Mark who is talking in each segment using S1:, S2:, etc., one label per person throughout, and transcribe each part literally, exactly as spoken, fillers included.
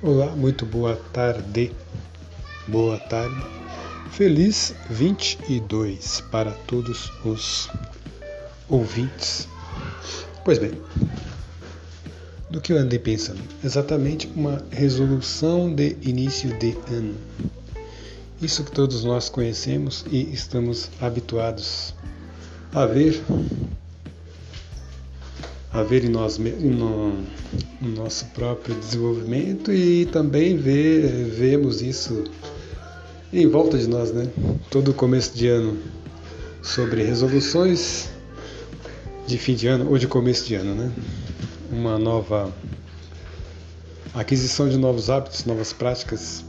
S1: Olá, muito boa tarde. Boa tarde. Feliz vinte e dois para todos os ouvintes. Pois bem, do que eu andei pensando? Exatamente uma resolução de início de ano. Isso que todos nós conhecemos e estamos habituados a ver, a ver em nós, no, no nosso próprio desenvolvimento e também ver, vemos isso em volta de nós, né? Todo começo de ano sobre resoluções de fim de ano ou de começo de ano, né? Uma nova aquisição de novos hábitos, novas práticas,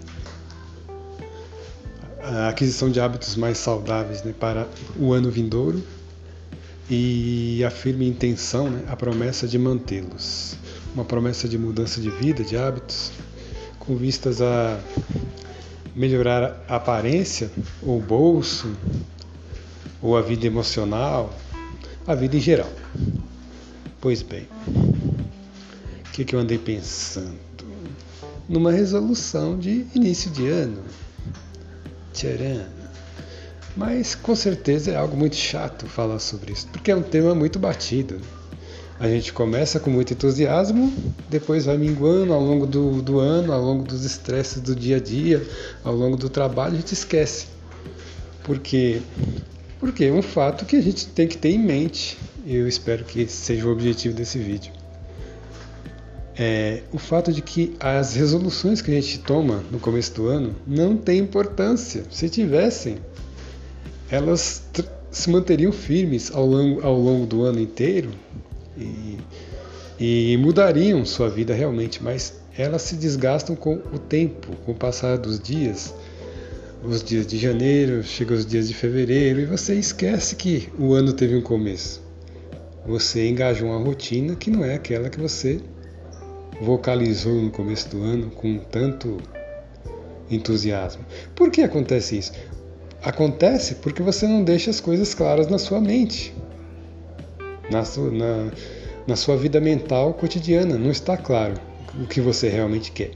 S1: a aquisição de hábitos mais saudáveis, né, para o ano vindouro e a firme intenção, né, a promessa de mantê-los. Uma promessa de mudança de vida, de hábitos, com vistas a melhorar a aparência, ou o bolso, ou a vida emocional, a vida em geral. Pois bem, o que, que eu andei pensando? Numa resolução de início de ano. Tcharam! Mas com certeza é algo muito chato falar sobre isso, porque é um tema muito batido. A gente começa com muito entusiasmo, depois vai minguando ao longo do, do ano, ao longo dos estresses do dia a dia, ao longo do trabalho, a gente esquece. Por quê? Porque é um fato que a gente tem que ter em mente, e eu espero que esse seja o objetivo desse vídeo. É o fato de que as resoluções que a gente toma no começo do ano não têm importância. Se tivessem, elas se manteriam firmes ao longo, ao longo do ano inteiro e, e mudariam sua vida realmente, mas elas se desgastam com o tempo, com o passar dos dias. Os dias de janeiro, chegam os dias de fevereiro e você esquece que o ano teve um começo. Você engajou uma rotina que não é aquela que você vocalizou no começo do ano com tanto entusiasmo. Por que acontece isso? Acontece porque você não deixa as coisas claras na sua mente, na sua, na, na sua vida mental cotidiana. Não está claro o que você realmente quer.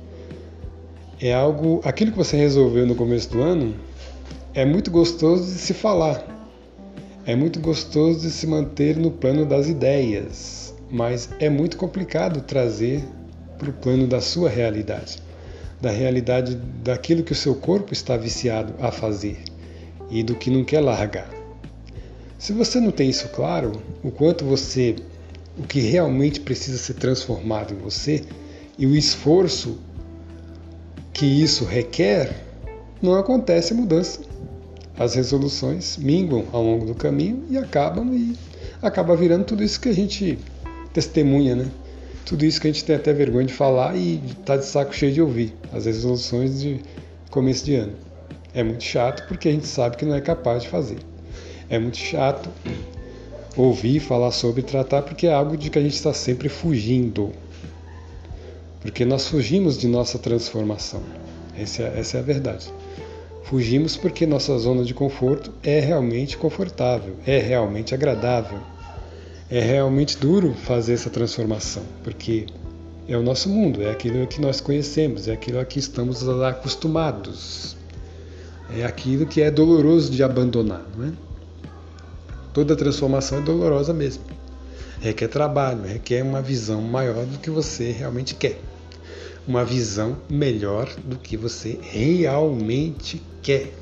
S1: É algo, aquilo que você resolveu no começo do ano é muito gostoso de se falar, é muito gostoso de se manter no plano das ideias, mas é muito complicado trazer para o plano da sua realidade, da realidade daquilo que o seu corpo está viciado a fazer e do que não quer largar. Se você não tem isso claro, o quanto você, o que realmente precisa ser transformado em você e o esforço que isso requer, não acontece a mudança. As resoluções minguam ao longo do caminho e acabam e acaba virando tudo isso que a gente testemunha, né? Tudo isso que a gente tem até vergonha de falar e está de saco cheio de ouvir, as resoluções de começo de ano. É muito chato porque a gente sabe que não é capaz de fazer. É muito chato ouvir, falar sobre, tratar, porque é algo de que a gente está sempre fugindo. Porque nós fugimos de nossa transformação. Essa é, essa é a verdade. Fugimos porque nossa zona de conforto é realmente confortável, é realmente agradável. É realmente duro fazer essa transformação, porque é o nosso mundo, é aquilo que nós conhecemos, é aquilo a que estamos acostumados. É aquilo que é doloroso de abandonar, não é? Toda transformação é dolorosa mesmo. Requer trabalho, requer uma visão maior do que você realmente quer. Uma visão melhor do que você realmente quer.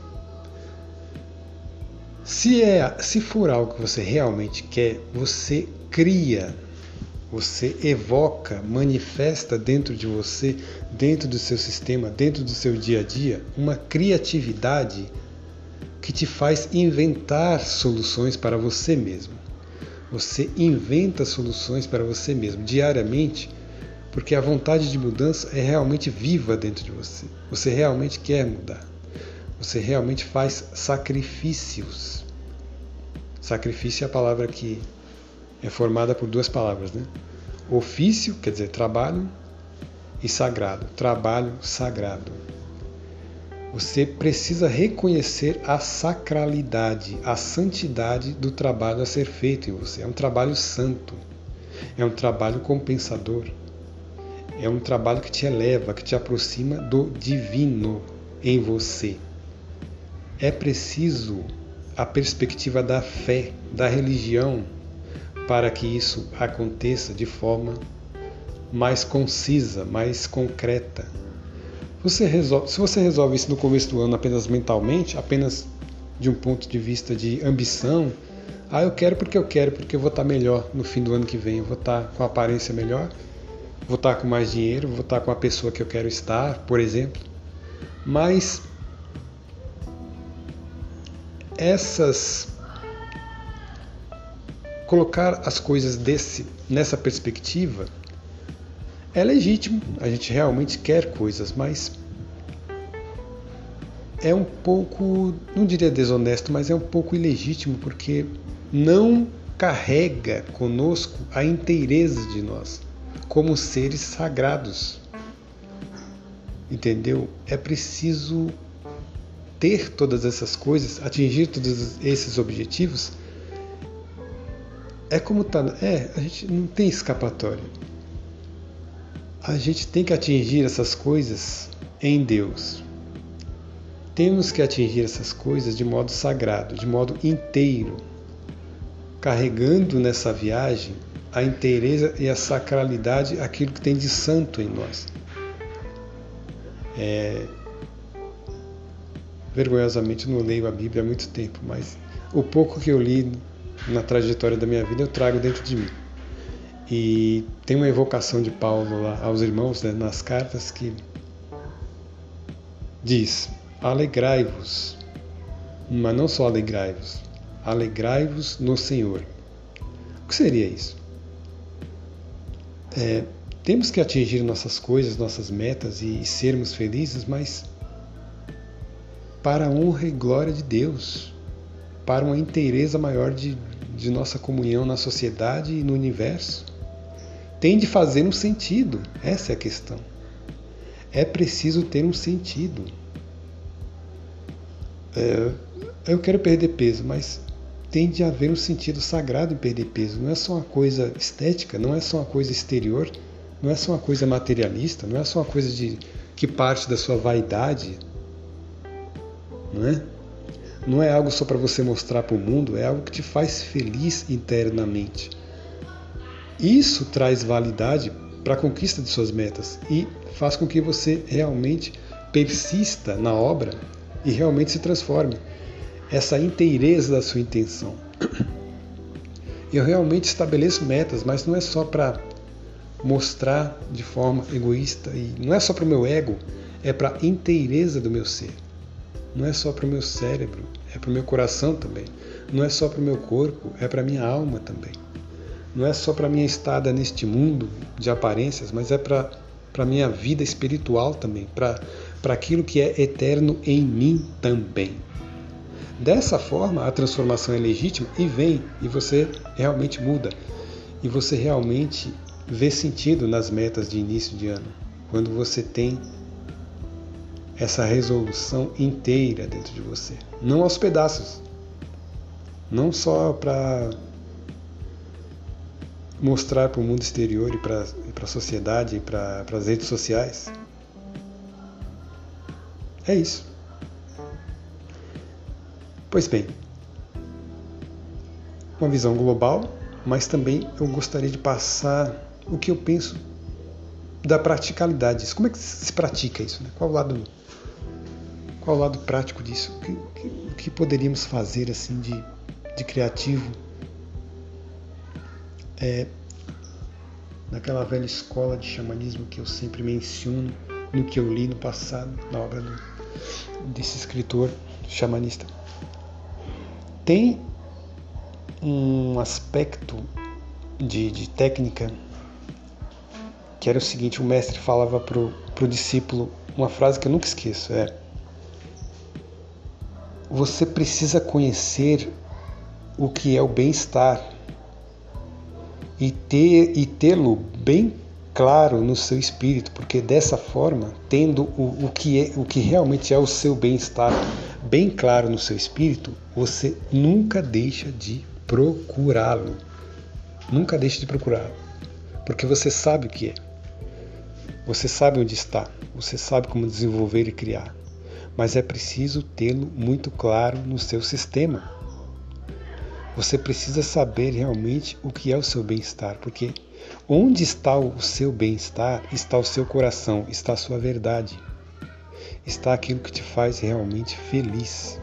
S1: Se, é, se for algo que você realmente quer, você cria, você evoca, manifesta dentro de você, dentro do seu sistema, dentro do seu dia a dia, uma criatividade que te faz inventar soluções para você mesmo. Você inventa soluções para você mesmo diariamente, porque a vontade de mudança é realmente viva dentro de você. Você realmente quer mudar. Você realmente faz sacrifícios. Sacrifício é a palavra que é formada por duas palavras, né? Ofício, quer dizer, trabalho, e sagrado, trabalho sagrado. Você precisa reconhecer a sacralidade, a santidade do trabalho a ser feito em você. É um trabalho santo, é um trabalho compensador, É um trabalho que te eleva, que te aproxima do divino em você. É preciso a perspectiva da fé, da religião, para que isso aconteça de forma mais concisa, mais concreta. Você resolve, se você resolve isso no começo do ano apenas mentalmente, apenas de um ponto de vista de ambição, ah, eu quero porque eu quero, porque eu vou estar melhor no fim do ano que vem, eu vou estar com a aparência melhor, vou estar com mais dinheiro, vou estar com a pessoa que eu quero estar, por exemplo. Mas essas colocar as coisas desse, nessa perspectiva é legítimo, a gente realmente quer coisas, mas é um pouco, não diria desonesto, mas é um pouco ilegítimo, porque não carrega conosco a inteireza de nós, como seres sagrados. Entendeu? É preciso ter todas essas coisas, atingir todos esses objetivos. É como tá, é, a gente não tem escapatória. A gente tem que atingir essas coisas em Deus. Temos que atingir essas coisas de modo sagrado, de modo inteiro, carregando nessa viagem a inteireza e a sacralidade, aquilo que tem de santo em nós. É... Vergonhosamente não leio a Bíblia há muito tempo, mas o pouco que eu li na trajetória da minha vida eu trago dentro de mim. E tem uma evocação de Paulo lá aos irmãos, né, nas cartas, que diz: alegrai-vos, mas não só alegrai-vos, alegrai-vos no Senhor. O que seria isso? É, temos que atingir nossas coisas, nossas metas e sermos felizes, mas para a honra e glória de Deus, para uma inteireza maior de, de nossa comunhão na sociedade e no universo. Tem de fazer um sentido, essa é a questão. É preciso ter um sentido. É, eu quero perder peso, mas tem de haver um sentido sagrado em perder peso. Não é só uma coisa estética, não é só uma coisa exterior, não é só uma coisa materialista, não é só uma coisa de, que parte da sua vaidade. Não é? Não é algo só para você mostrar para o mundo, é algo que te faz feliz internamente. Isso traz validade para a conquista de suas metas e faz com que você realmente persista na obra e realmente se transforme. Essa inteireza da sua intenção. Eu realmente estabeleço metas, mas não é só para mostrar de forma egoísta, e não é só para o meu ego, é para a inteireza do meu ser. Não é só para o meu cérebro, é para o meu coração também. Não é só para o meu corpo, é para a minha alma também. Não é só para a minha estada neste mundo de aparências, mas é para a minha vida espiritual também, para aquilo que é eterno em mim também. Dessa forma, a transformação é legítima e vem, e você realmente muda. E você realmente vê sentido nas metas de início de ano, quando você tem essa resolução inteira dentro de você. Não aos pedaços. Não só para mostrar para o mundo exterior e para a sociedade e para as redes sociais. É isso. Pois bem, uma visão global, mas também eu gostaria de passar o que eu penso da praticalidade disso. Como é que se pratica isso, né? Qual o lado, qual o lado prático disso? O que, que, o que poderíamos fazer assim de, de criativo? É, naquela velha escola de xamanismo que eu sempre menciono, no que eu li no passado, na obra do, desse escritor xamanista. Tem um aspecto de, de técnica que era o seguinte: o mestre falava para o discípulo uma frase que eu nunca esqueço, é: você precisa conhecer o que é o bem-estar e ter e tê-lo bem claro no seu espírito, porque dessa forma, tendo o, o, que é, o que realmente é o seu bem-estar bem claro no seu espírito, você nunca deixa de procurá-lo. Nunca deixa de procurá-lo, porque você sabe o que é. Você sabe onde está, você sabe como desenvolver e criar, mas é preciso tê-lo muito claro no seu sistema. Você precisa saber realmente o que é o seu bem-estar, porque onde está o seu bem-estar, está o seu coração, está a sua verdade, está aquilo que te faz realmente feliz.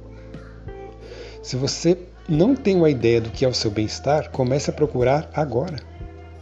S1: Se você não tem uma ideia do que é o seu bem-estar, comece a procurar agora.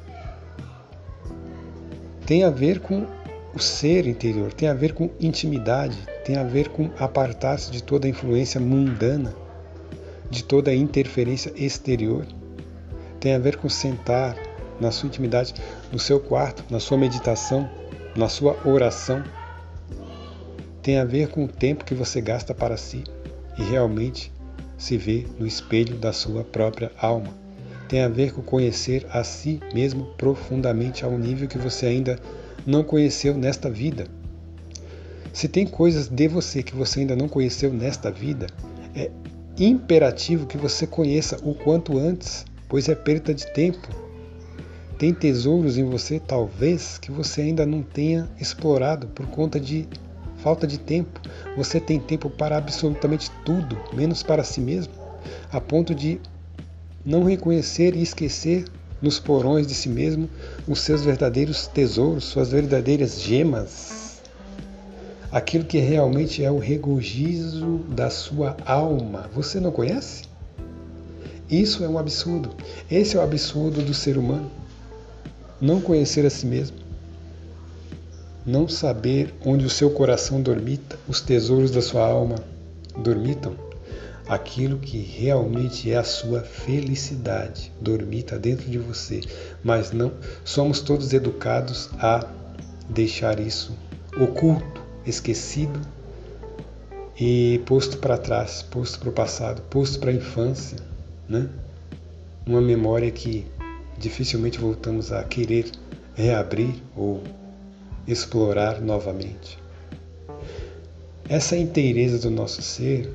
S1: Tem a ver com o ser interior, tem a ver com intimidade, tem a ver com apartar-se de toda a influência mundana, de toda a interferência exterior. Tem a ver com sentar na sua intimidade, no seu quarto, na sua meditação, na sua oração. Tem a ver com o tempo que você gasta para si e realmente se vê no espelho da sua própria alma. Tem a ver com conhecer a si mesmo profundamente a um nível que você ainda não conheceu nesta vida. Se tem coisas de você que você ainda não conheceu nesta vida, é imperativo que você conheça o quanto antes, pois é perda de tempo. Tem tesouros em você, talvez, que você ainda não tenha explorado por conta de falta de tempo. Você tem tempo para absolutamente tudo, menos para si mesmo, a ponto de não reconhecer e esquecer nos porões de si mesmo os seus verdadeiros tesouros, suas verdadeiras gemas, aquilo que realmente é o regozijo da sua alma. Você não conhece? Isso é um absurdo. Esse é o absurdo do ser humano. Não conhecer a si mesmo. Não saber onde o seu coração dormita, os tesouros da sua alma dormitam. Aquilo que realmente é a sua felicidade dormita dentro de você, mas não somos todos educados a deixar isso oculto, esquecido e posto para trás, posto para o passado, posto para a infância, né? Uma memória que dificilmente voltamos a querer reabrir ou explorar novamente. Essa inteireza do nosso ser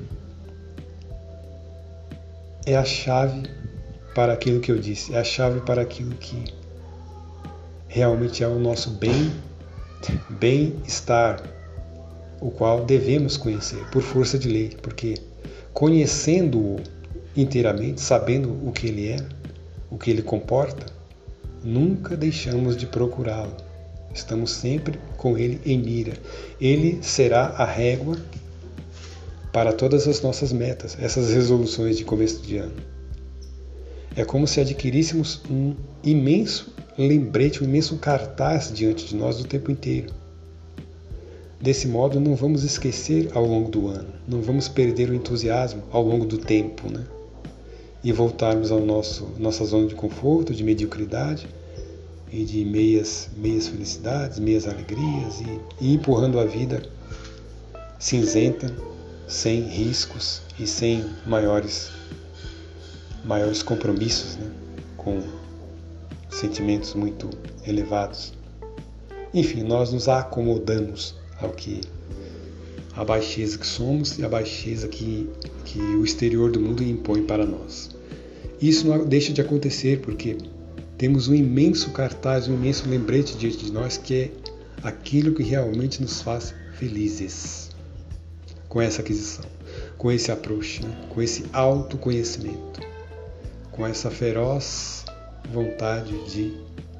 S1: é a chave para aquilo que eu disse, é a chave para aquilo que realmente é o nosso bem, bem-estar, o qual devemos conhecer por força de lei, porque conhecendo-o inteiramente, sabendo o que ele é, o que ele comporta, nunca deixamos de procurá-lo. Estamos sempre com ele em mira. Ele será a régua para todas as nossas metas, essas resoluções de começo de ano. É como se adquiríssemos um imenso lembrete, um imenso cartaz diante de nós o tempo inteiro. Desse modo, não vamos esquecer ao longo do ano, não vamos perder o entusiasmo ao longo do tempo, né? E voltarmos à nossa zona de conforto, de mediocridade e de meias, meias felicidades, meias alegrias e, e empurrando a vida cinzenta, sem riscos e sem maiores, maiores compromissos, né? Com sentimentos muito elevados. Enfim, nós nos acomodamos ao que a baixeza que somos e a baixeza que, que o exterior do mundo impõe para nós. Isso não deixa de acontecer porque temos um imenso cartaz, um imenso lembrete diante de nós que é aquilo que realmente nos faz felizes. Com essa aquisição, com esse approach, né? Com esse autoconhecimento, com essa feroz vontade de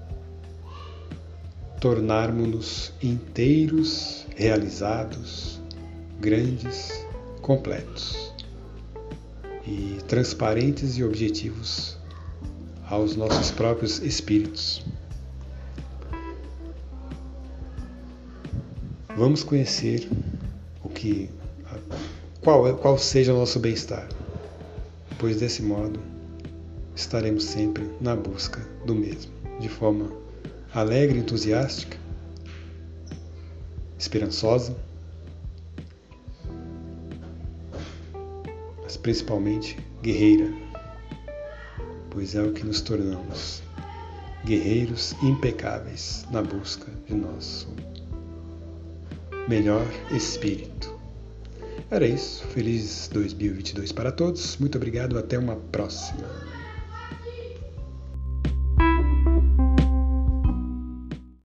S1: tornarmos-nos inteiros, realizados, grandes, completos e transparentes e objetivos aos nossos próprios espíritos. Vamos conhecer o que Qual, qual seja o nosso bem-estar, pois desse modo estaremos sempre na busca do mesmo, de forma alegre, entusiástica, esperançosa, mas principalmente guerreira, pois é o que nos tornamos, guerreiros impecáveis na busca de nosso melhor espírito. Era isso. Feliz dois mil e vinte e dois para todos. Muito obrigado. Até uma próxima.